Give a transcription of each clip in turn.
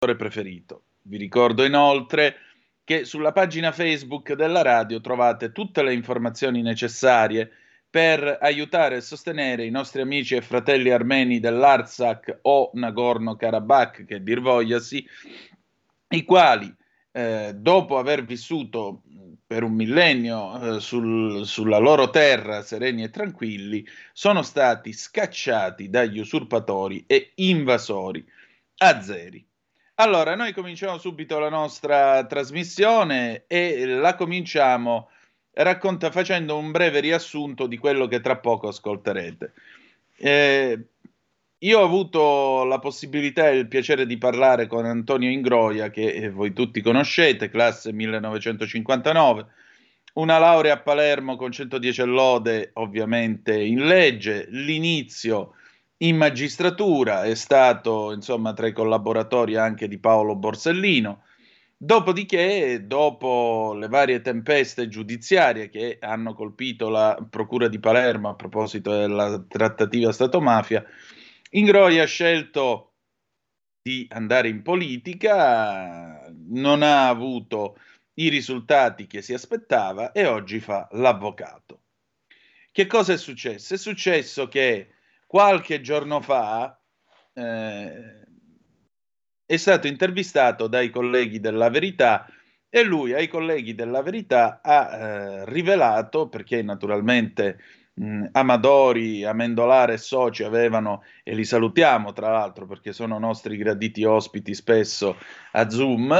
preferito. Vi ricordo inoltre che sulla pagina Facebook della radio trovate tutte le informazioni necessarie per aiutare e sostenere i nostri amici e fratelli armeni dell'Artsakh o Nagorno-Karabakh, che dir vogliasi, i quali, dopo aver vissuto per un millennio sulla loro terra sereni e tranquilli, sono stati scacciati dagli usurpatori e invasori azeri. Allora, noi cominciamo subito la nostra trasmissione e la cominciamo facendo un breve riassunto di quello che tra poco ascolterete. Eh, io ho avuto la possibilità e il piacere di parlare con Antonio Ingroia, che voi tutti conoscete, classe 1959, una laurea a Palermo con 110 lode, ovviamente in legge, l'inizio in magistratura, è stato insomma tra i collaboratori anche di Paolo Borsellino. Dopodiché, dopo le varie tempeste giudiziarie che hanno colpito la Procura di Palermo a proposito della trattativa Stato-mafia, Ingroi ha scelto di andare in politica, non ha avuto i risultati che si aspettava e oggi fa l'avvocato. Che cosa è successo? È successo che qualche giorno fa eh, è stato intervistato dai colleghi della Verità e lui ai colleghi della Verità ha rivelato, perché naturalmente Amadori, Amendolare e soci avevano, e li salutiamo tra l'altro perché sono nostri graditi ospiti spesso a Zoom,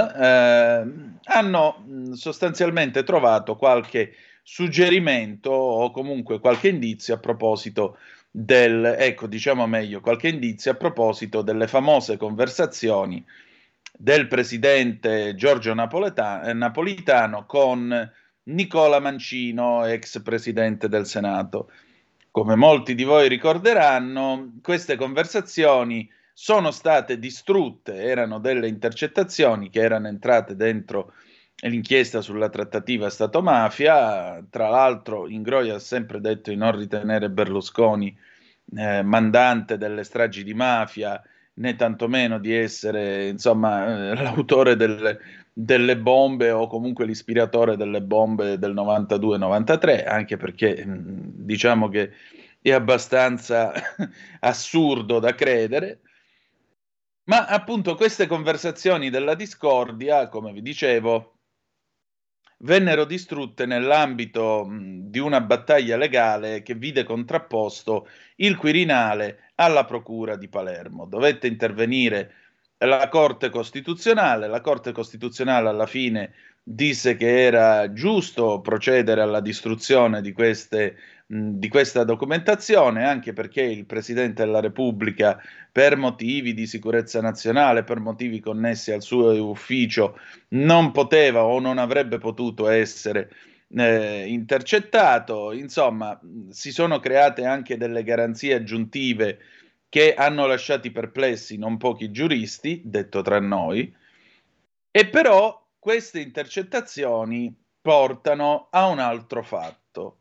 hanno sostanzialmente trovato qualche suggerimento o comunque qualche indizio a proposito ecco, diciamo meglio, qualche indizio a proposito delle famose conversazioni del presidente Giorgio Napolitano con Nicola Mancino, ex presidente del Senato. Come molti di voi ricorderanno, queste conversazioni sono state distrutte, erano delle intercettazioni che erano entrate dentro l'inchiesta sulla trattativa Stato-mafia. Tra l'altro, Ingroia ha sempre detto di non ritenere Berlusconi mandante delle stragi di mafia, né tantomeno di essere, insomma, l'autore delle bombe o comunque l'ispiratore delle bombe del 92-93, anche perché diciamo che è abbastanza assurdo da credere. Ma appunto queste conversazioni della discordia, come vi dicevo, vennero distrutte nell'ambito di una battaglia legale che vide contrapposto il Quirinale alla Procura di Palermo. Dovette intervenire la Corte Costituzionale alla fine disse che era giusto procedere alla distruzione di questa documentazione, anche perché il Presidente della Repubblica, per motivi di sicurezza nazionale, per motivi connessi al suo ufficio, non poteva o non avrebbe potuto essere intercettato. Insomma, si sono create anche delle garanzie aggiuntive che hanno lasciati perplessi non pochi giuristi, detto tra noi, e però queste intercettazioni portano a un altro fatto.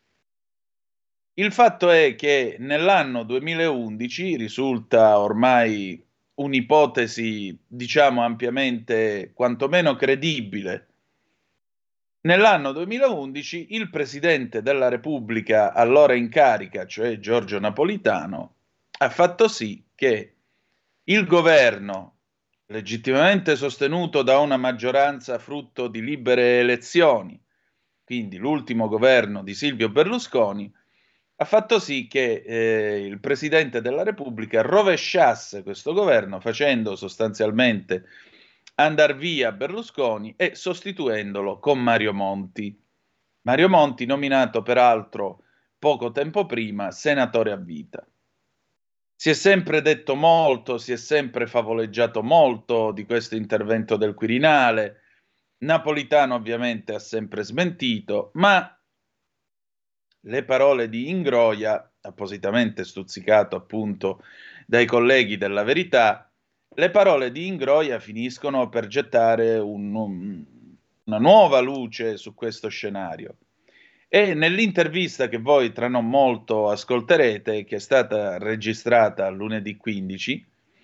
Il fatto è che nell'anno 2011 risulta ormai un'ipotesi, diciamo, ampiamente quantomeno credibile. Nell'anno 2011 il presidente della Repubblica allora in carica, cioè Giorgio Napolitano, ha fatto sì che il governo, legittimamente sostenuto da una maggioranza frutto di libere elezioni, quindi l'ultimo governo di Silvio Berlusconi, ha fatto sì che il Presidente della Repubblica rovesciasse questo governo, facendo sostanzialmente andare via Berlusconi e sostituendolo con Mario Monti. Mario Monti, nominato peraltro poco tempo prima senatore a vita. Si è sempre detto molto, si è sempre favoleggiato molto di questo intervento del Quirinale. Napolitano ovviamente ha sempre smentito, ma le parole di Ingroia, appositamente stuzzicato appunto dai colleghi della Verità, le parole di Ingroia finiscono per gettare una nuova luce su questo scenario. E nell'intervista che voi tra non molto ascolterete, che è stata registrata lunedì 15,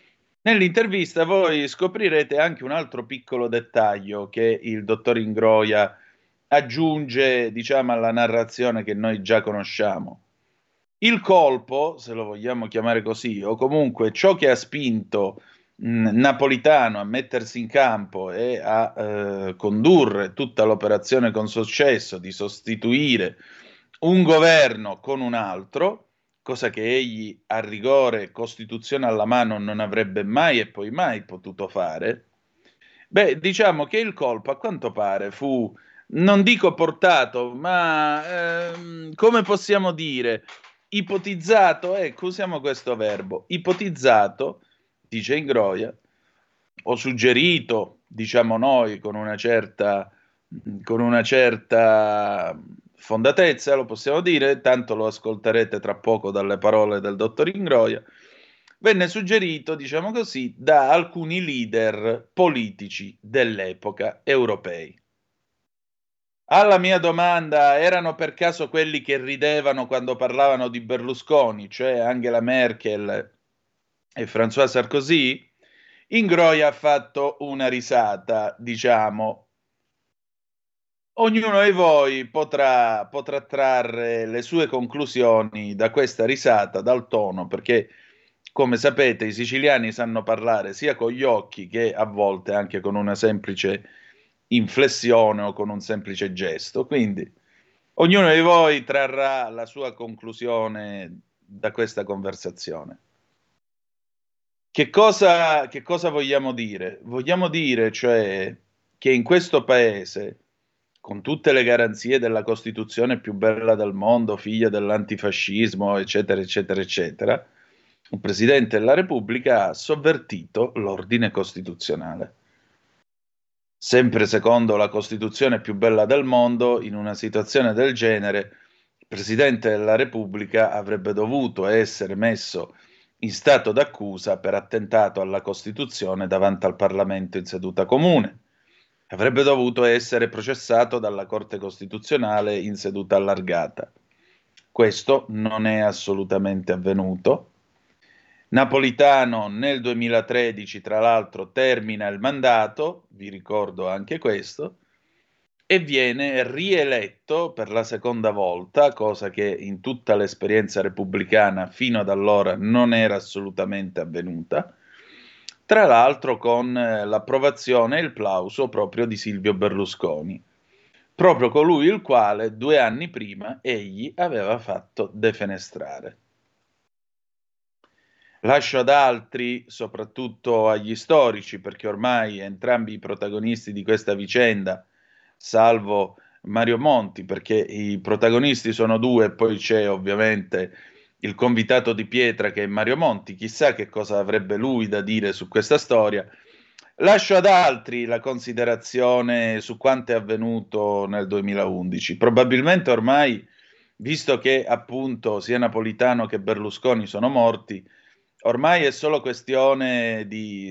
Nell'intervista voi scoprirete anche un altro piccolo dettaglio che il dottor Ingroia aggiunge, diciamo, alla narrazione che noi già conosciamo. Il colpo, se lo vogliamo chiamare così, o comunque ciò che ha spinto Napolitano a mettersi in campo e a condurre tutta l'operazione con successo di sostituire un governo con un altro, cosa che egli a rigore, Costituzione alla mano, non avrebbe mai e poi mai potuto fare. Beh, diciamo che il colpo a quanto pare fu, non dico portato, ma come possiamo dire, ipotizzato, ecco, usiamo questo verbo, ipotizzato, dice Ingroia, o suggerito, diciamo noi, con una certa fondatezza, lo possiamo dire, tanto lo ascolterete tra poco dalle parole del dottor Ingroia, venne suggerito, diciamo così, da alcuni leader politici dell'epoca europei. Alla mia domanda, erano per caso quelli che ridevano quando parlavano di Berlusconi, cioè Angela Merkel e François Sarkozy? Ingroia ha fatto una risata, diciamo. Ognuno di voi potrà trarre le sue conclusioni da questa risata, dal tono, perché come sapete i siciliani sanno parlare sia con gli occhi che a volte anche con una semplice inflessione o con un semplice gesto. Quindi ognuno di voi trarrà la sua conclusione da questa conversazione. Che cosa vogliamo dire? Vogliamo dire, cioè, che in questo paese, con tutte le garanzie della Costituzione più bella del mondo, figlia dell'antifascismo, eccetera, eccetera, eccetera, un Presidente della Repubblica ha sovvertito l'ordine costituzionale. Sempre secondo la Costituzione più bella del mondo, in una situazione del genere, il Presidente della Repubblica avrebbe dovuto essere messo in stato d'accusa per attentato alla Costituzione davanti al Parlamento in seduta comune. Avrebbe dovuto essere processato dalla Corte Costituzionale in seduta allargata. Questo non è assolutamente avvenuto. Napolitano nel 2013, tra l'altro, termina il mandato, vi ricordo anche questo, e viene rieletto per la seconda volta, cosa che in tutta l'esperienza repubblicana fino ad allora non era assolutamente avvenuta, tra l'altro con l'approvazione e il plauso proprio di Silvio Berlusconi, proprio colui il quale 2 anni prima egli aveva fatto defenestrare. Lascio ad altri, soprattutto agli storici, perché ormai entrambi i protagonisti di questa vicenda, salvo Mario Monti, perché i protagonisti sono due, e poi c'è ovviamente il convitato di pietra che è Mario Monti, chissà che cosa avrebbe lui da dire su questa storia. Lascio ad altri la considerazione su quanto è avvenuto nel 2011. Probabilmente ormai, visto che appunto sia Napolitano che Berlusconi sono morti, ormai è solo questione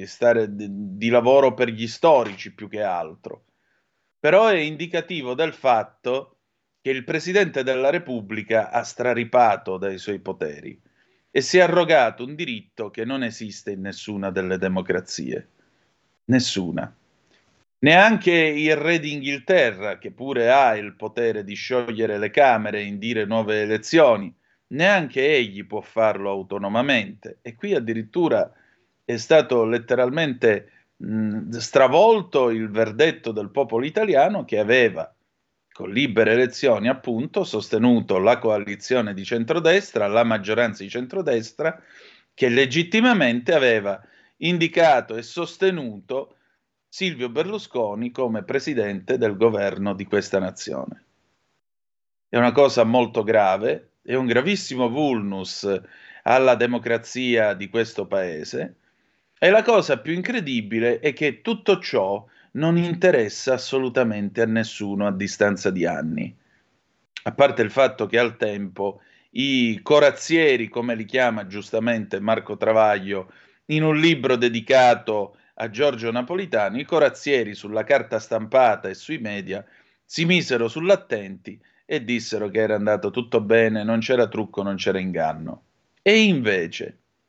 di lavoro per gli storici più che altro. Però è indicativo del fatto che il Presidente della Repubblica ha straripato dai suoi poteri e si è arrogato un diritto che non esiste in nessuna delle democrazie. Nessuna. Neanche il re d'Inghilterra, che pure ha il potere di sciogliere le Camere e indire nuove elezioni, neanche egli può farlo autonomamente. E qui addirittura è stato letteralmente stravolto il verdetto del popolo italiano che aveva, con libere elezioni appunto, sostenuto la coalizione di centrodestra, la maggioranza di centrodestra, che legittimamente aveva indicato e sostenuto Silvio Berlusconi come presidente del governo di questa nazione. È una cosa molto grave, è un gravissimo vulnus alla democrazia di questo paese e la cosa più incredibile è che tutto ciò non interessa assolutamente a nessuno a distanza di anni, a parte il fatto che al tempo i corazzieri, come li chiama giustamente Marco Travaglio, in un libro dedicato a Giorgio Napolitano, i corazzieri sulla carta stampata e sui media si misero sull'attenti e dissero che era andato tutto bene, non c'era trucco, non c'era inganno. E invece,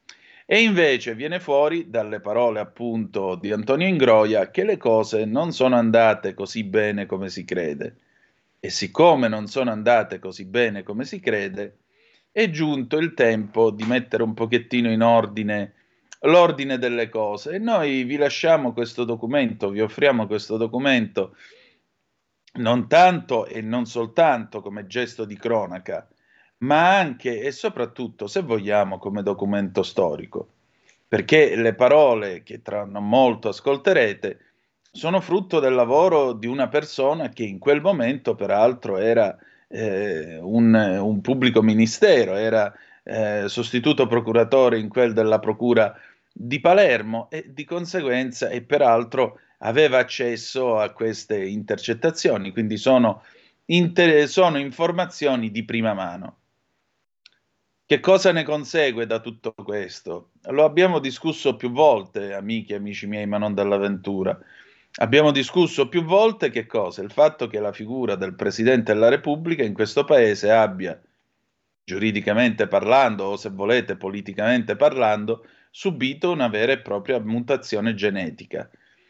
E invece viene fuori dalle parole appunto di Antonio Ingroia che le cose non sono andate così bene come si crede. E siccome non sono andate così bene come si crede, è giunto il tempo di mettere un pochettino in ordine l'ordine delle cose. E noi vi lasciamo questo documento, vi offriamo questo documento non tanto e non soltanto come gesto di cronaca, ma anche e soprattutto, se vogliamo, come documento storico, perché le parole che tra non molto ascolterete sono frutto del lavoro di una persona che in quel momento, peraltro, era un pubblico ministero, era sostituto procuratore in quel della Procura di Palermo e di conseguenza, e peraltro aveva accesso a queste intercettazioni, quindi sono informazioni di prima mano. Che cosa ne consegue da tutto questo? Lo abbiamo discusso più volte, amici e amici miei, ma non dall'avventura. Abbiamo discusso più volte che cosa? Il fatto che la figura del Presidente della Repubblica in questo paese abbia, giuridicamente parlando, o se volete politicamente parlando, subito una vera e propria mutazione genetica.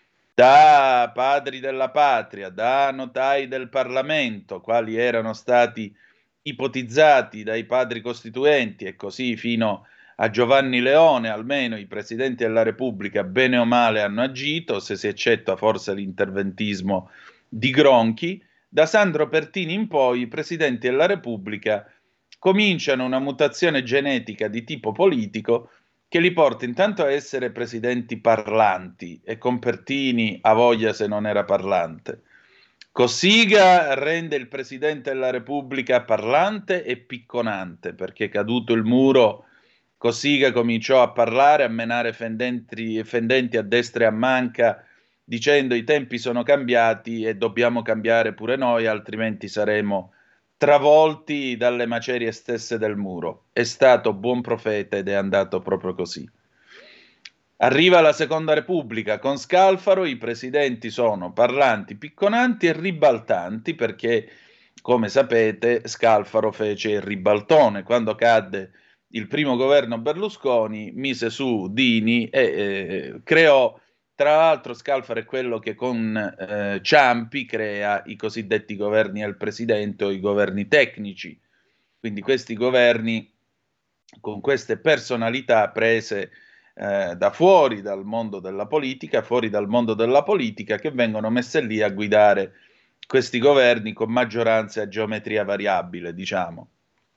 Da padri della patria, da notai del Parlamento, quali erano stati ipotizzati dai padri costituenti e così fino a Giovanni Leone, almeno i presidenti della Repubblica, bene o male, hanno agito, se si eccetta forse l'interventismo di Gronchi. Da Sandro Pertini in poi, i presidenti della Repubblica cominciano una mutazione genetica di tipo politico che li porta intanto a essere presidenti parlanti, e con Pertini a voglia se non era parlante. Cossiga rende il Presidente della Repubblica parlante e picconante, perché caduto il muro, Cossiga cominciò a parlare, a menare fendenti a destra e a manca, dicendo i tempi sono cambiati e dobbiamo cambiare pure noi, altrimenti saremo travolti dalle macerie stesse del muro. È stato buon profeta ed è andato proprio così. Arriva la Seconda Repubblica con Scalfaro, i presidenti sono parlanti, picconanti e ribaltanti perché, come sapete, Scalfaro fece il ribaltone. Quando cadde il primo governo Berlusconi, mise su Dini e creò, tra l'altro Scalfaro è quello che con Ciampi crea i cosiddetti governi al presidente o i governi tecnici. Quindi questi governi con queste personalità prese da fuori dal mondo della politica, fuori dal mondo della politica, che vengono messe lì a guidare questi governi con maggioranze a geometria variabile, diciamo.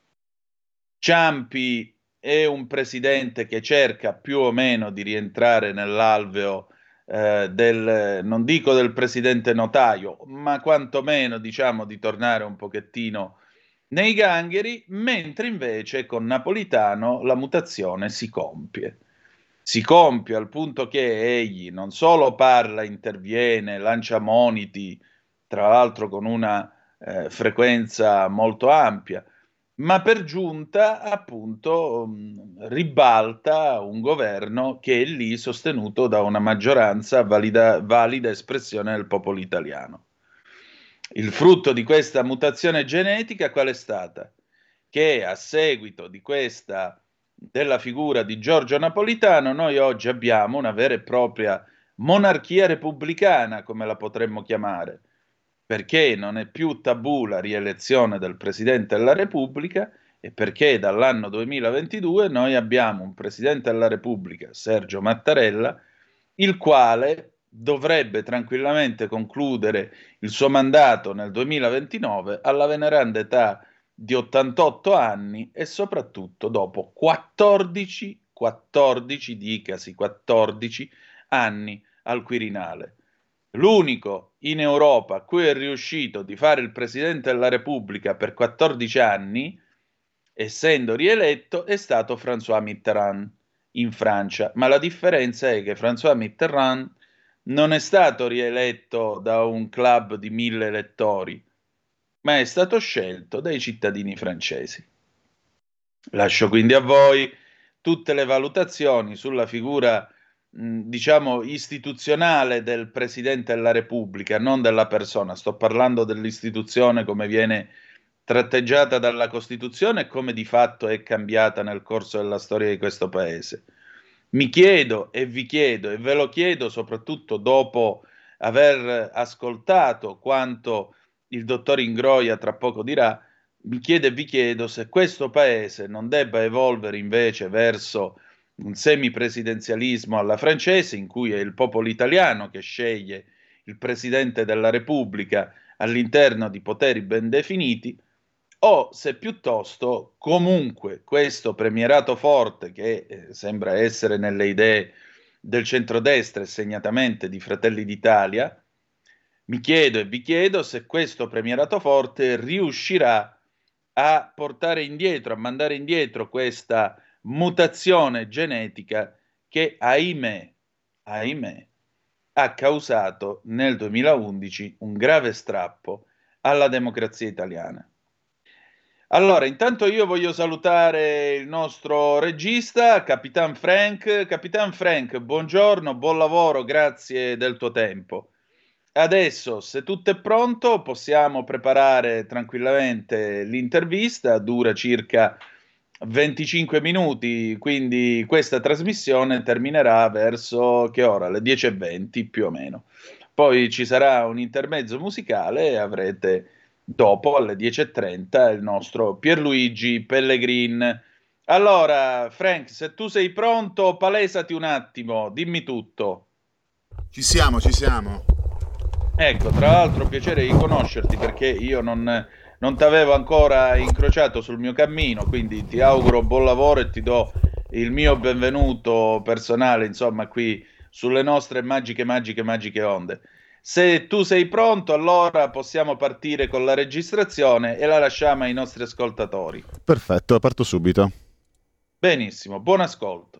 Ciampi è un presidente che cerca più o meno di rientrare nell'alveo non dico del presidente notaio, ma quantomeno diciamo di tornare un pochettino nei gangheri, mentre invece con Napolitano la mutazione si compie. Si compie al punto che egli non solo parla, interviene, lancia moniti, tra l'altro con una frequenza molto ampia, ma per giunta appunto ribalta un governo che è lì sostenuto da una maggioranza valida espressione del popolo italiano. Il frutto di questa mutazione genetica qual è stata? Che a seguito di questa della figura di Giorgio Napolitano noi oggi abbiamo una vera e propria monarchia repubblicana, come la potremmo chiamare, perché non è più tabù la rielezione del Presidente della Repubblica e perché dall'anno 2022 noi abbiamo un Presidente della Repubblica, Sergio Mattarella, il quale dovrebbe tranquillamente concludere il suo mandato nel 2029 alla veneranda età di 88 anni e soprattutto dopo 14, dicasi 14 anni al Quirinale. L'unico in Europa a cui è riuscito di fare il Presidente della Repubblica per 14 anni, essendo rieletto, è stato François Mitterrand in Francia. Ma la differenza è che François Mitterrand non è stato rieletto da un club di 1000 elettori, ma è stato scelto dai cittadini francesi. Lascio quindi a voi tutte le valutazioni sulla figura, diciamo, istituzionale del Presidente della Repubblica, non della persona. Sto parlando dell'istituzione come viene tratteggiata dalla Costituzione e come di fatto è cambiata nel corso della storia di questo Paese. Mi chiedo e vi chiedo, e ve lo chiedo soprattutto dopo aver ascoltato quanto il dottor Ingroia tra poco dirà, mi chiedo e vi chiedo se questo paese non debba evolvere invece verso un semipresidenzialismo alla francese, in cui è il popolo italiano che sceglie il Presidente della Repubblica all'interno di poteri ben definiti, o se piuttosto comunque questo premierato forte che sembra essere nelle idee del centrodestra e segnatamente di Fratelli d'Italia, mi chiedo e vi chiedo se questo premierato forte riuscirà a portare indietro, a mandare indietro questa mutazione genetica che, ahimè, ha causato nel 2011 un grave strappo alla democrazia italiana. Allora, intanto io voglio salutare il nostro regista, Capitan Frank. Capitan Frank, buongiorno, buon lavoro, grazie del tuo tempo. Adesso, se tutto è pronto, possiamo preparare tranquillamente l'intervista, dura circa 25 minuti, quindi questa trasmissione terminerà verso che ora? Le 10:20 più o meno. Poi ci sarà un intermezzo musicale e avrete dopo alle 10:30 il nostro Pierluigi Pellegrin. Allora, Frank, se tu sei pronto, palesati un attimo, dimmi tutto. Ci siamo, ci siamo. Ecco, tra l'altro, piacere di conoscerti perché io non ti avevo ancora incrociato sul mio cammino, quindi ti auguro buon lavoro e ti do il mio benvenuto personale, insomma, qui sulle nostre magiche onde. Se tu sei pronto, allora possiamo partire con la registrazione e la lasciamo ai nostri ascoltatori. Perfetto, parto subito. Benissimo, buon ascolto.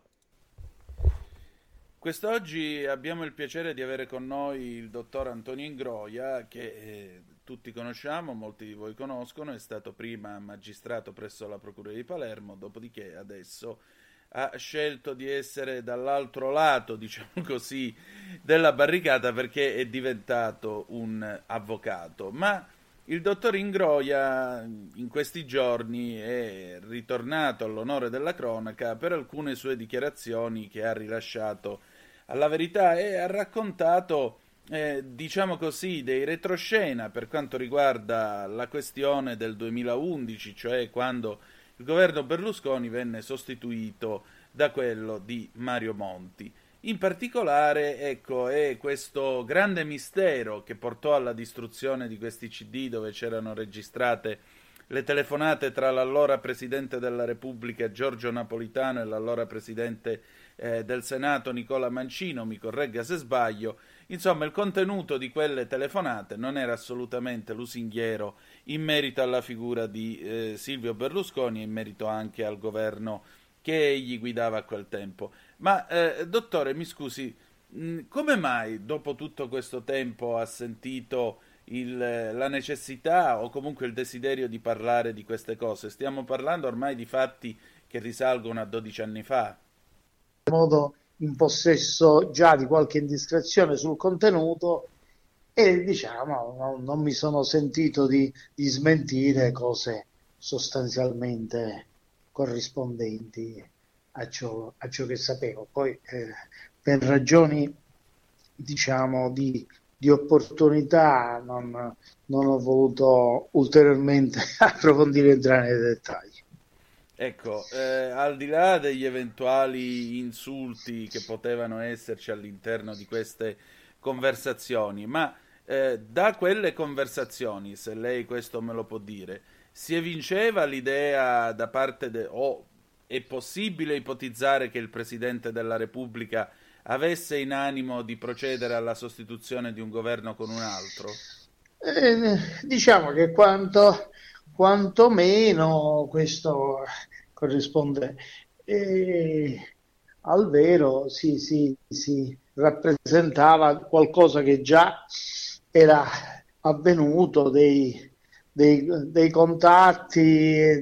Quest'oggi abbiamo il piacere di avere con noi il dottor Antonio Ingroia, che tutti conosciamo, molti di voi conoscono, è stato prima magistrato presso la Procura di Palermo, dopodiché adesso ha scelto di essere dall'altro lato, diciamo così, della barricata perché è diventato un avvocato. Ma il dottor Ingroia in questi giorni è ritornato all'onore della cronaca per alcune sue dichiarazioni che ha rilasciato alla Verità e ha raccontato, diciamo così, dei retroscena per quanto riguarda la questione del 2011, cioè quando il governo Berlusconi venne sostituito da quello di Mario Monti. In particolare, ecco, è questo grande mistero che portò alla distruzione di questi CD dove c'erano registrate le telefonate tra l'allora Presidente della Repubblica Giorgio Napolitano e l'allora Presidente del Senato Nicola Mancino, mi corregga se sbaglio. Insomma, il contenuto di quelle telefonate non era assolutamente lusinghiero in merito alla figura di Silvio Berlusconi e in merito anche al governo che egli guidava a quel tempo. Ma, dottore, mi scusi, come mai dopo tutto questo tempo ha sentito la necessità o comunque il desiderio di parlare di queste cose? Stiamo parlando ormai di fatti che risalgono a 12 anni fa. Modo in possesso già di qualche indiscrezione sul contenuto e diciamo non mi sono sentito di smentire cose sostanzialmente corrispondenti a ciò che sapevo. Poi per ragioni diciamo di opportunità non ho voluto ulteriormente approfondire e entrare nei dettagli. Ecco, al di là degli eventuali insulti che potevano esserci all'interno di queste conversazioni, ma da quelle conversazioni, se lei questo me lo può dire, si evinceva l'idea da parte o è possibile ipotizzare che il Presidente della Repubblica avesse in animo di procedere alla sostituzione di un governo con un altro? Diciamo che quantomeno questo corrisponde al vero, si rappresentava qualcosa che già era avvenuto, dei contatti,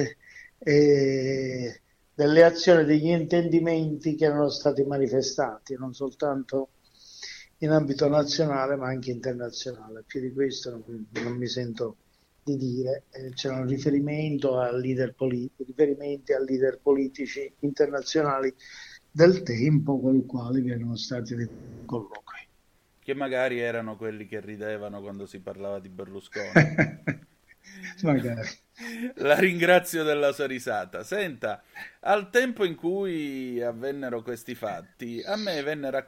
delle azioni, degli intendimenti che erano stati manifestati, non soltanto in ambito nazionale ma anche internazionale. Più di questo non mi sento di dire. C'era un riferimento riferimenti a leader politici internazionali del tempo con il quale vi erano stati dei colloqui. Che magari erano quelli che ridevano quando si parlava di Berlusconi. Magari. La ringrazio della sua risata. Senta, al tempo in cui avvennero questi fatti, a me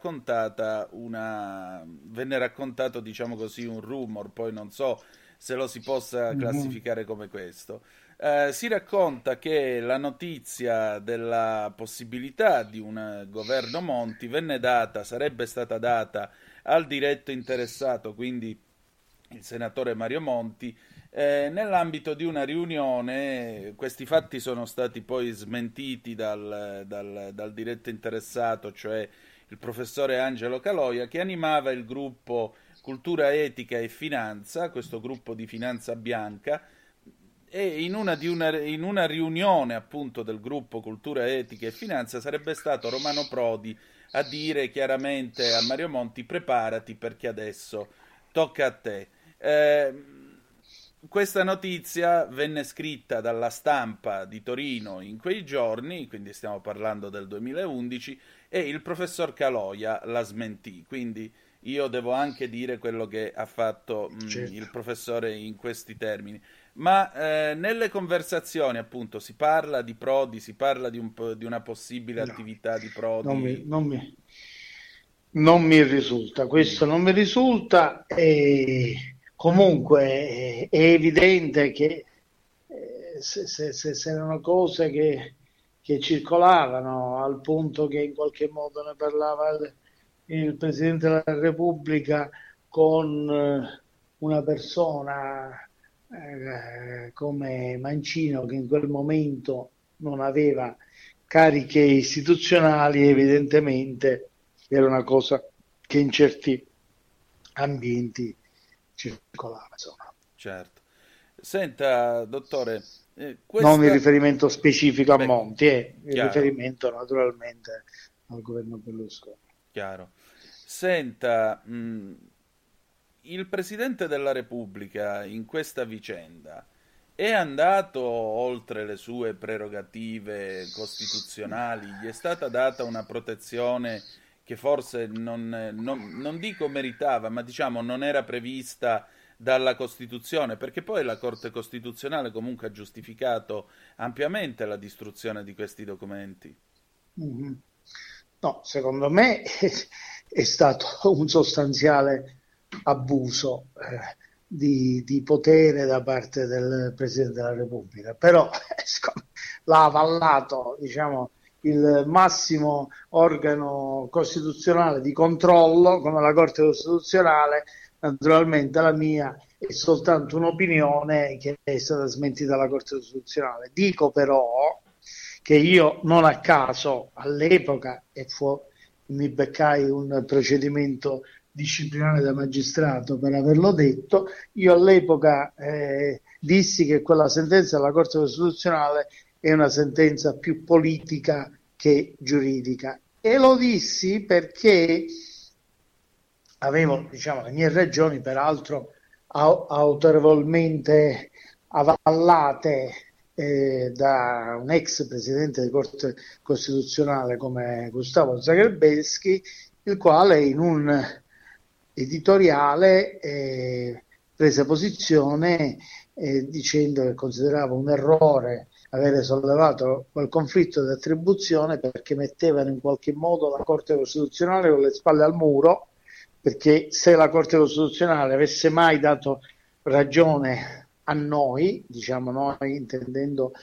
venne raccontato, diciamo così, un rumor, poi non so se lo si possa Mhm. classificare come questo. Si racconta che la notizia della possibilità di un governo Monti sarebbe stata data al diretto interessato, quindi il senatore Mario Monti, nell'ambito di una riunione. Questi fatti sono stati poi smentiti dal diretto interessato, cioè il professore Angelo Caloia, che animava il gruppo Cultura, Etica e Finanza, questo gruppo di finanza bianca, e in una riunione appunto del gruppo Cultura, Etica e Finanza sarebbe stato Romano Prodi a dire chiaramente a Mario Monti: preparati perché adesso tocca a te. Eh, Questa notizia venne scritta dalla stampa di Torino in quei giorni, quindi stiamo parlando del 2011, e il professor Caloia la smentì. Quindi io devo anche dire quello che ha fatto Certo. il professore in questi termini. Ma nelle conversazioni, appunto, si parla di Prodi, si parla di una possibile No, attività di non mi, Prodi. non mi- non mi risulta, Mm, questo non mi risulta e comunque è evidente che se erano cose che circolavano al punto che in qualche modo ne parlava il Presidente della Repubblica con una persona come Mancino che in quel momento non aveva cariche istituzionali, evidentemente era una cosa che in certi ambienti circolava, insomma. certo. Senta, dottore, Non il questa... riferimento specifico a Beh, Monti, il chiaro, riferimento naturalmente al governo Berlusconi. chiaro. Senta, il Presidente della Repubblica in questa vicenda è andato oltre le sue prerogative costituzionali? Gli è stata data una protezione che forse non dico meritava, ma diciamo non era prevista dalla Costituzione, perché poi la Corte Costituzionale comunque ha giustificato ampiamente la distruzione di questi documenti. Mhm. No, secondo me è stato un sostanziale abuso di potere da parte del Presidente della Repubblica, però l'ha avallato, diciamo, il massimo organo costituzionale di controllo come la Corte Costituzionale. Naturalmente la mia è soltanto un'opinione che è stata smentita dalla Corte Costituzionale. Dico però che io non a caso all'epoca mi beccai un procedimento disciplinare da magistrato per averlo detto, io all'epoca dissi che quella sentenza della Corte Costituzionale è una sentenza più politica che giuridica e lo dissi perché avevo, diciamo, le mie ragioni, peraltro autorevolmente avallate da un ex presidente di Corte Costituzionale come Gustavo Zagrebelsky, il quale in un editoriale prese posizione dicendo che considerava un errore avere sollevato quel conflitto di attribuzione perché mettevano in qualche modo la Corte Costituzionale con le spalle al muro, perché se la Corte Costituzionale avesse mai dato ragione a noi, diciamo noi intendendo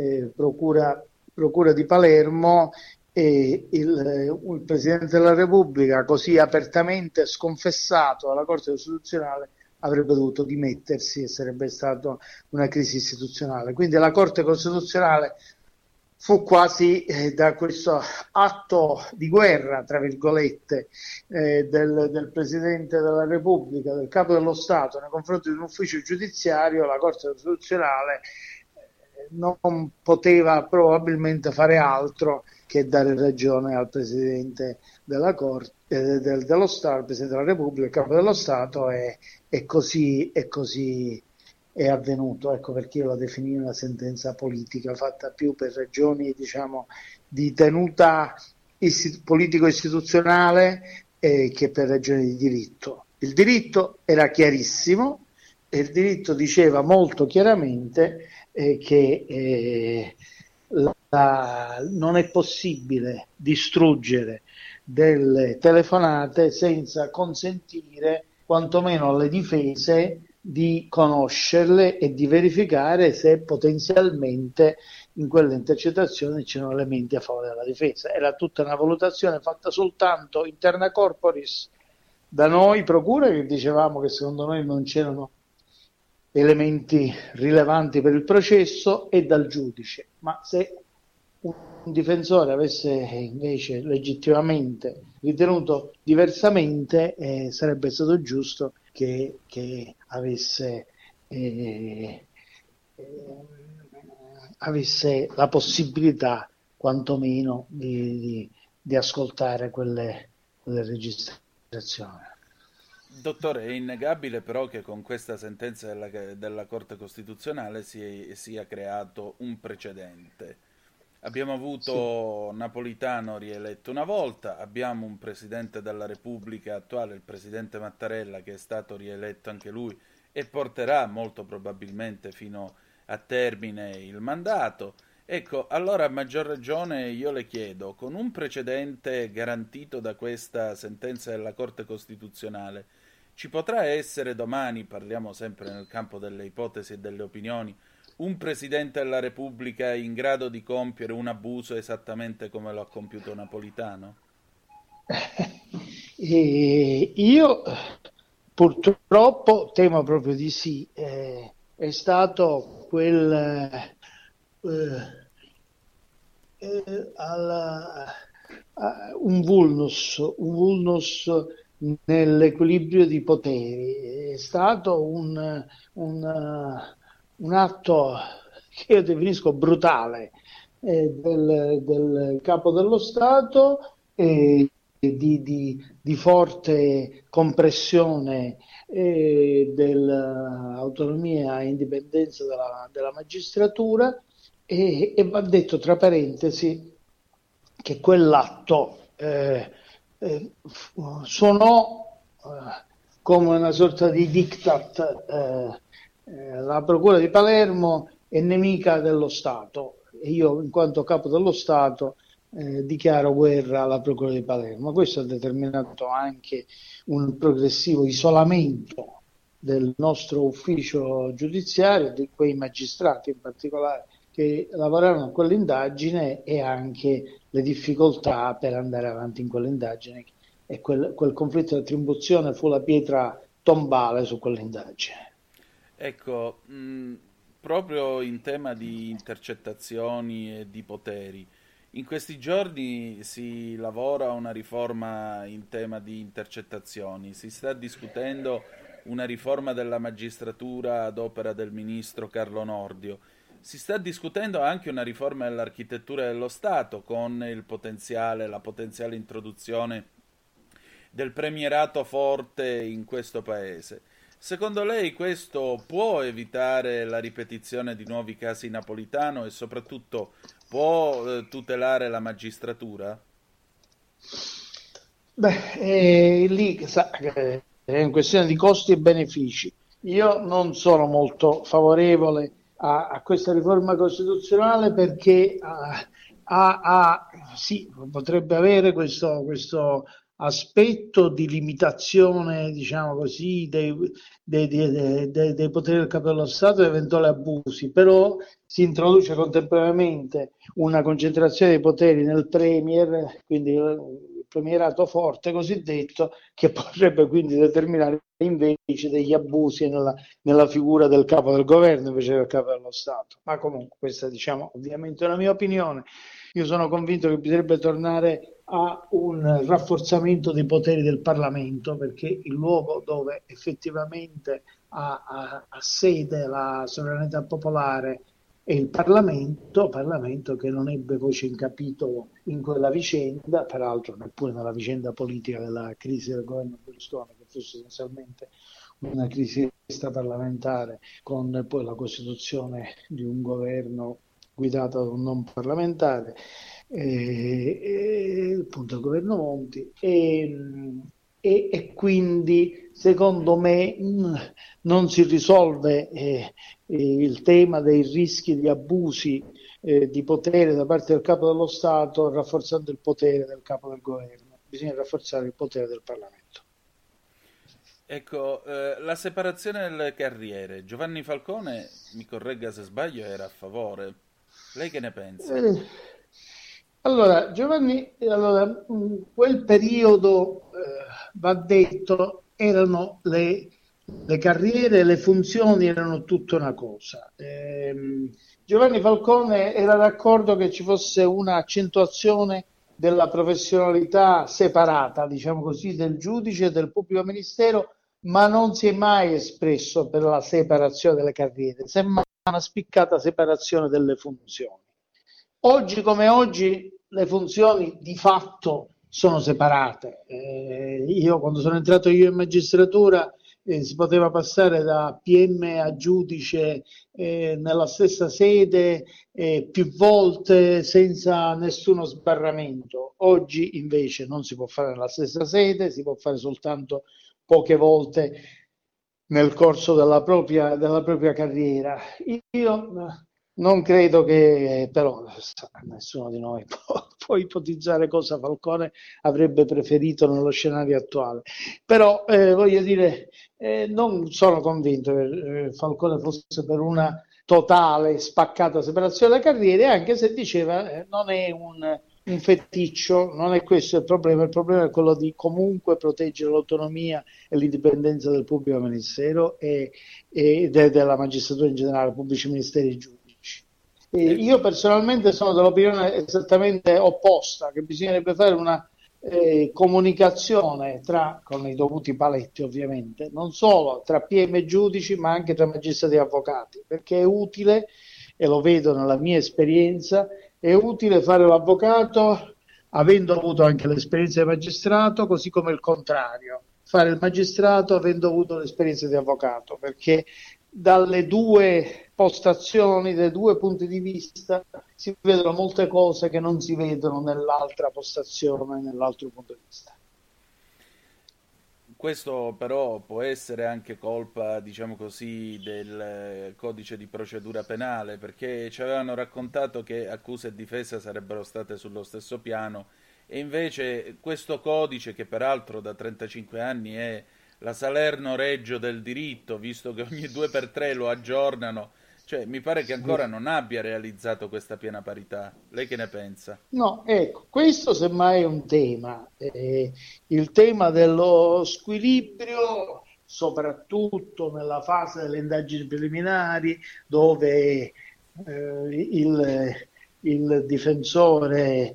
procura di Palermo, il Presidente della Repubblica così apertamente sconfessato dalla Corte Costituzionale avrebbe dovuto dimettersi e sarebbe stata una crisi istituzionale. Quindi la Corte Costituzionale fu quasi da questo atto di guerra, tra virgolette, del Presidente della Repubblica, del Capo dello Stato nei confronti di un ufficio giudiziario, la Corte Costituzionale non poteva probabilmente fare altro che dare ragione al Presidente della Corte, dello Stato, al Presidente della Repubblica, il Capo dello Stato e così è avvenuto. Ecco perché io la definì una sentenza politica fatta più per ragioni, diciamo, di tenuta politico-istituzionale che per ragioni di diritto. Il diritto era chiarissimo e il diritto diceva molto chiaramente che non è possibile distruggere delle telefonate senza consentire quantomeno alle difese di conoscerle e di verificare se potenzialmente in quelle intercettazioni c'erano elementi a favore della difesa. Era tutta una valutazione fatta soltanto interna corporis da noi, procura, che dicevamo che secondo noi non c'erano elementi rilevanti per il processo, e dal giudice. Ma se un difensore avesse invece legittimamente ritenuto diversamente, sarebbe stato giusto che avesse la possibilità quantomeno di ascoltare quelle registrazioni. Dottore, è innegabile però che con questa sentenza della Corte Costituzionale sia creato un precedente. Abbiamo avuto Napolitano rieletto una volta, abbiamo un Presidente della Repubblica attuale, il Presidente Mattarella, che è stato rieletto anche lui e porterà molto probabilmente fino a termine il mandato. Ecco, allora a maggior ragione io le chiedo, con un precedente garantito da questa sentenza della Corte Costituzionale, ci potrà essere domani, parliamo sempre nel campo delle ipotesi e delle opinioni, un Presidente della Repubblica in grado di compiere un abuso esattamente come lo ha compiuto Napolitano? Io purtroppo temo proprio di sì. È stato un vulnus nell'equilibrio di poteri. È stato un atto che io definisco brutale del capo dello Stato, di forte compressione dell'autonomia e indipendenza della magistratura, e va detto tra parentesi che quell'atto suonò come una sorta di diktat. La Procura di Palermo è nemica dello Stato e io, in quanto capo dello Stato, dichiaro guerra alla Procura di Palermo. Questo ha determinato anche un progressivo isolamento del nostro ufficio giudiziario, di quei magistrati in particolare che lavorarono a quell'indagine, e anche le difficoltà per andare avanti in quell'indagine, e quel conflitto di attribuzione fu la pietra tombale su quell'indagine. Ecco, proprio in tema di intercettazioni e di poteri, in questi giorni si lavora a una riforma in tema di intercettazioni, si sta discutendo una riforma della magistratura ad opera del ministro Carlo Nordio, si sta discutendo anche una riforma dell'architettura dello Stato con la potenziale introduzione del premierato forte in questo paese. Secondo lei questo può evitare la ripetizione di nuovi casi Napolitano e soprattutto può tutelare la magistratura? Beh, lì è una questione di costi e benefici. Io non sono molto favorevole a questa riforma costituzionale perché sì, potrebbe avere questo aspetto di limitazione, diciamo così, dei poteri del capo dello Stato e eventuali abusi, però si introduce contemporaneamente una concentrazione dei poteri nel Premier, quindi il premierato forte cosiddetto, che potrebbe quindi determinare invece degli abusi nella figura del capo del governo invece del capo dello Stato. Ma comunque questa, diciamo, ovviamente è la mia opinione. Io sono convinto che bisognerebbe tornare a un rafforzamento dei poteri del Parlamento, perché il luogo dove effettivamente ha sede la sovranità popolare è il Parlamento che non ebbe voce in capitolo in quella vicenda, peraltro neppure nella vicenda politica della crisi del governo Berlusconi, che fu essenzialmente una crisi extraparlamentare con poi la costituzione di un governo guidata da un non parlamentare, appunto il governo Monti, e quindi secondo me non si risolve il tema dei rischi di abusi di potere da parte del capo dello Stato rafforzando il potere del capo del governo. Bisogna rafforzare il potere del Parlamento. Ecco, la separazione delle carriere. Giovanni Falcone, mi corregga se sbaglio, era a favore. Lei che ne pensa? Allora, Giovanni, quel periodo, va detto, erano le carriere e le funzioni erano tutta una cosa. Giovanni Falcone era d'accordo che ci fosse un'accentuazione della professionalità separata, diciamo così, del giudice e del pubblico ministero, ma non si è mai espresso per la separazione delle carriere, semmai una spiccata separazione delle funzioni. Oggi come oggi le funzioni di fatto sono separate. Io quando sono entrato io in magistratura si poteva passare da PM a giudice nella stessa sede più volte senza nessuno sbarramento. Oggi invece non si può fare nella stessa sede, si può fare soltanto poche volte nel corso della propria carriera. Io non credo che, però, nessuno di noi può ipotizzare cosa Falcone avrebbe preferito nello scenario attuale. Però, voglio dire, non sono convinto che Falcone fosse per una totale, spaccata separazione delle carriere, anche se diceva non è un feticcio, non è questo il problema è quello di comunque proteggere l'autonomia e l'indipendenza del pubblico ministero e della magistratura in generale, pubblici ministeri e giudici. Io personalmente sono dell'opinione esattamente opposta, che bisognerebbe fare una comunicazione con i dovuti paletti ovviamente, non solo tra PM e giudici ma anche tra magistrati e avvocati, perché è utile, e lo vedo nella mia esperienza, è utile fare l'avvocato avendo avuto anche l'esperienza di magistrato, così come il contrario, fare il magistrato avendo avuto l'esperienza di avvocato, perché dalle due postazioni, dai due punti di vista, si vedono molte cose che non si vedono nell'altra postazione, nell'altro punto di vista. Questo però può essere anche colpa, diciamo così, del codice di procedura penale, perché ci avevano raccontato che accusa e difesa sarebbero state sullo stesso piano e invece questo codice, che peraltro da 35 anni è la Salerno-Reggio del diritto, visto che ogni 2 per 3 lo aggiornano, cioè mi pare che ancora non abbia realizzato questa piena parità. Lei che ne pensa? No, ecco, questo semmai è un tema, il tema dello squilibrio, soprattutto nella fase delle indagini preliminari, dove il difensore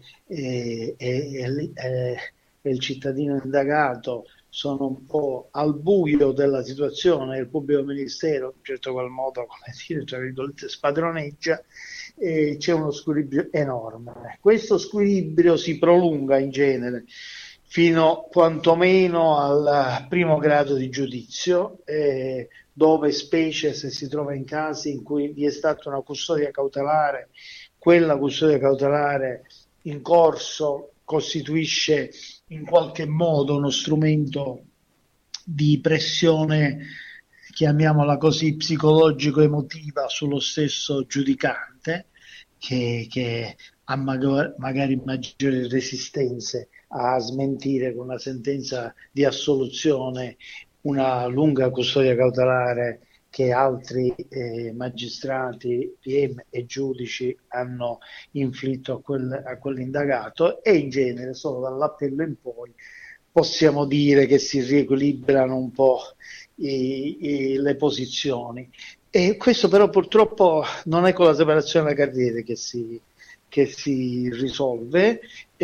e il cittadino indagato sono un po' al buio della situazione, il pubblico ministero, in un certo qual modo, come dire, tra virgolette, spadroneggia, e c'è uno squilibrio enorme. Questo squilibrio si prolunga in genere fino quantomeno al primo grado di giudizio, dove specie se si trova in casi in cui vi è stata una custodia cautelare, quella custodia cautelare in corso costituisce in qualche modo uno strumento di pressione, chiamiamola così, psicologico-emotiva sullo stesso giudicante, che ha magari maggiori resistenze a smentire con una sentenza di assoluzione una lunga custodia cautelare che altri magistrati, PM e giudici hanno inflitto a quell'indagato, e in genere solo dall'appello in poi possiamo dire che si riequilibrano un po' le posizioni. E questo però purtroppo non è con la separazione delle carriere che si risolve.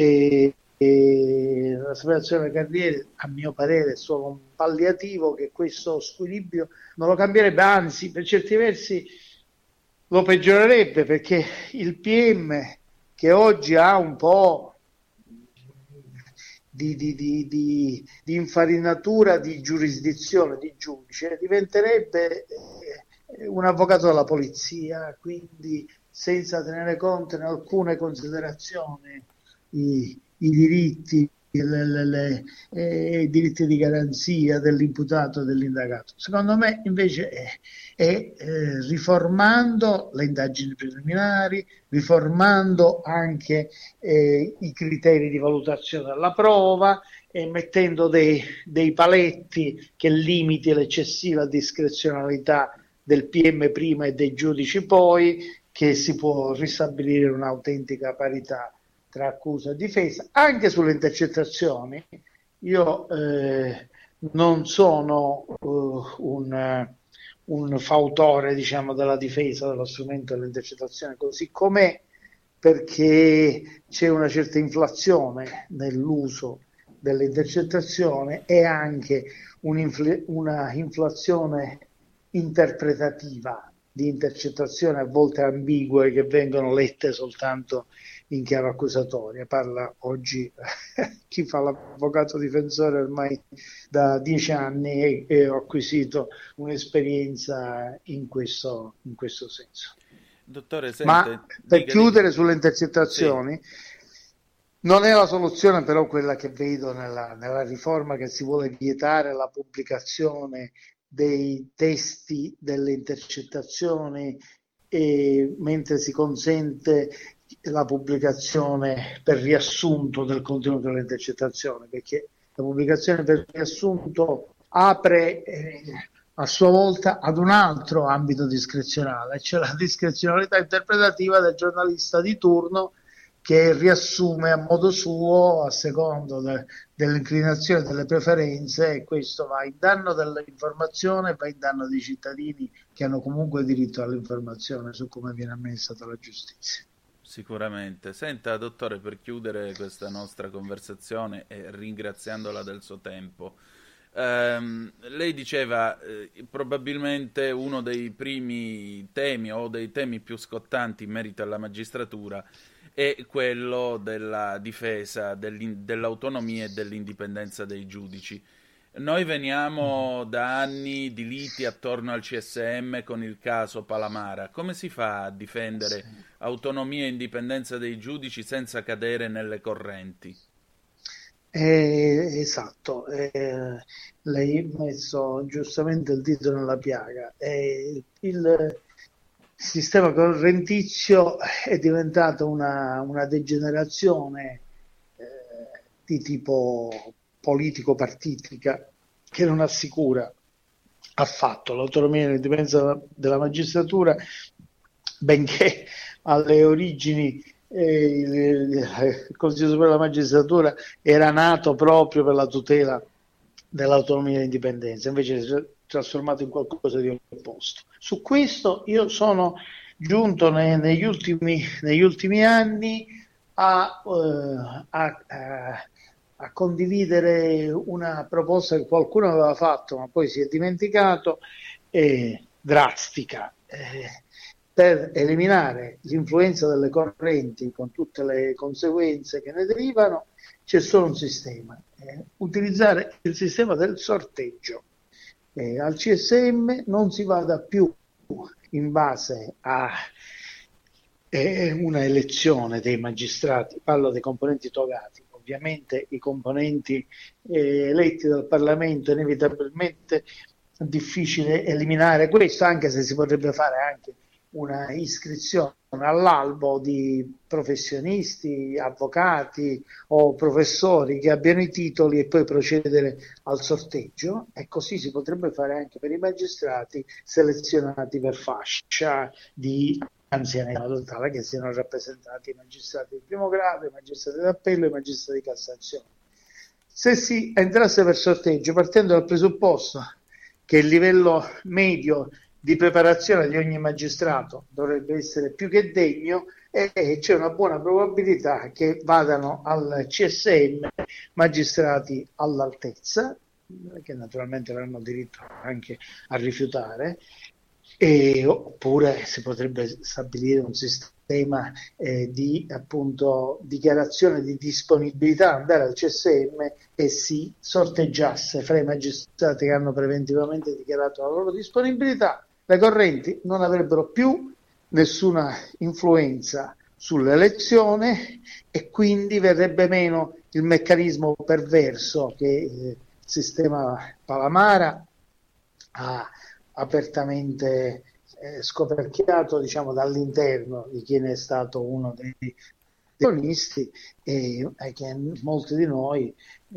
E la separazione delle carriere, a mio parere, è solo un palliativo che questo squilibrio non lo cambierebbe, anzi per certi versi lo peggiorerebbe, perché il PM, che oggi ha un po' di infarinatura di giurisdizione, di giudice, diventerebbe un avvocato della polizia, quindi senza tenere conto in alcune considerazioni i diritti, i diritti di garanzia dell'imputato e dell'indagato. Secondo me invece è riformando le indagini preliminari, riformando anche i criteri di valutazione della prova e mettendo dei paletti che limiti l'eccessiva discrezionalità del PM prima e dei giudici poi, che si può ristabilire un'autentica parità tra accusa e difesa. Anche sulle intercettazioni io non sono un fautore, diciamo, della difesa dello strumento delle intercettazioni così com'è, perché c'è una certa inflazione nell'uso delle intercettazioni e anche una inflazione interpretativa di intercettazioni a volte ambigue che vengono lette soltanto in chiave accusatoria. Parla oggi chi fa l'avvocato difensore ormai da 10 anni e ho acquisito un'esperienza in questo senso. Dottore, Ma per chiudere sulle intercettazioni, sì, non è la soluzione però quella che vedo nella riforma, che si vuole vietare la pubblicazione dei testi delle intercettazioni mentre si consente la pubblicazione per riassunto del contenuto delle intercettazioni, perché la pubblicazione per riassunto apre a sua volta ad un altro ambito discrezionale, cioè la discrezionalità interpretativa del giornalista di turno, che riassume a modo suo, a secondo dell'inclinazione, delle preferenze, e questo va in danno dell'informazione, va in danno dei cittadini che hanno comunque diritto all'informazione su come viene amministrata la giustizia. Sicuramente. Senta, dottore, per chiudere questa nostra conversazione e ringraziandola del suo tempo, lei diceva probabilmente uno dei primi temi o dei temi più scottanti in merito alla magistratura è quello della difesa dell'autonomia e dell'indipendenza dei giudici. Noi veniamo da anni di liti attorno al CSM con il caso Palamara. Come si fa a difendere autonomia e indipendenza dei giudici senza cadere nelle correnti? Esatto, lei ha messo giustamente il dito nella piaga. Il sistema correntizio è diventato una degenerazione di tipo politico-partitica che non assicura affatto l'autonomia e l'indipendenza della magistratura, benché alle origini il Consiglio Superiore della Magistratura era nato proprio per la tutela dell'autonomia e dell'indipendenza, invece si è trasformato in qualcosa di opposto. Su questo io sono giunto negli ultimi anni a condividere una proposta che qualcuno aveva fatto ma poi si è dimenticato, drastica, per eliminare l'influenza delle correnti con tutte le conseguenze che ne derivano. C'è solo un sistema, utilizzare il sistema del sorteggio. Al CSM non si vada più in base a una elezione dei magistrati, parlo dei componenti togati. Ovviamente i componenti eletti dal Parlamento inevitabilmente è difficile eliminare questo, anche se si potrebbe fare anche una iscrizione all'albo di professionisti, avvocati o professori che abbiano i titoli e poi procedere al sorteggio, e così si potrebbe fare anche per i magistrati selezionati per fascia di anzianità, in modo tale che siano rappresentati i magistrati di primo grado, i magistrati d'appello e i magistrati di Cassazione. Se si entrasse per sorteggio partendo dal presupposto che il livello medio di preparazione di ogni magistrato dovrebbe essere più che degno, e c'è una buona probabilità che vadano al CSM magistrati all'altezza, che naturalmente avranno diritto anche a rifiutare, oppure si potrebbe stabilire un sistema di appunto dichiarazione di disponibilità, andare al CSM e si sorteggiasse fra i magistrati che hanno preventivamente dichiarato la loro disponibilità. Le correnti non avrebbero più nessuna influenza sull'elezione e quindi verrebbe meno il meccanismo perverso che il sistema Palamara ha apertamente scoperchiato, diciamo, dall'interno di chi ne è stato uno dei protagonisti e che molti di noi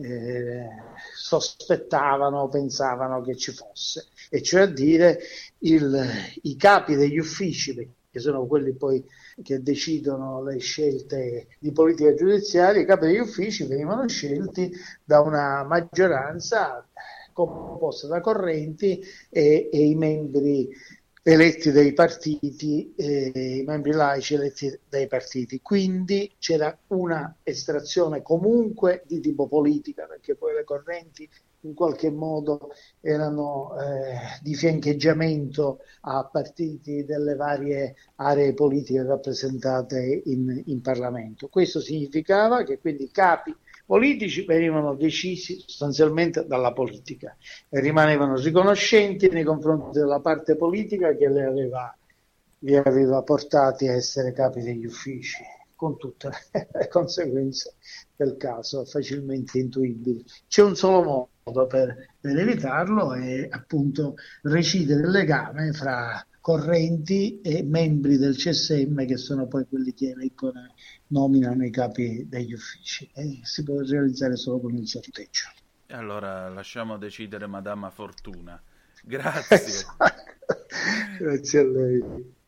sospettavano, pensavano che ci fosse, e cioè a dire i capi degli uffici, che sono quelli poi che decidono le scelte di politica giudiziaria, i capi degli uffici venivano scelti da una maggioranza composta da correnti e i membri eletti dai partiti, i membri laici eletti dai partiti. Quindi c'era una estrazione comunque di tipo politica, perché poi le correnti in qualche modo erano di fiancheggiamento a partiti delle varie aree politiche rappresentate in Parlamento. Questo significava che quindi i capi politici venivano decisi sostanzialmente dalla politica e rimanevano riconoscenti nei confronti della parte politica che li aveva portati a essere capi degli uffici, con tutte le conseguenze del caso facilmente intuibili. C'è un solo modo per evitarlo, è appunto recidere il legame fra correnti e membri del CSM, che sono poi quelli che eleggono, nominano i capi degli uffici, e si può realizzare solo con il sorteggio. E allora lasciamo decidere Madama Fortuna. Grazie. Esatto. Grazie a lei.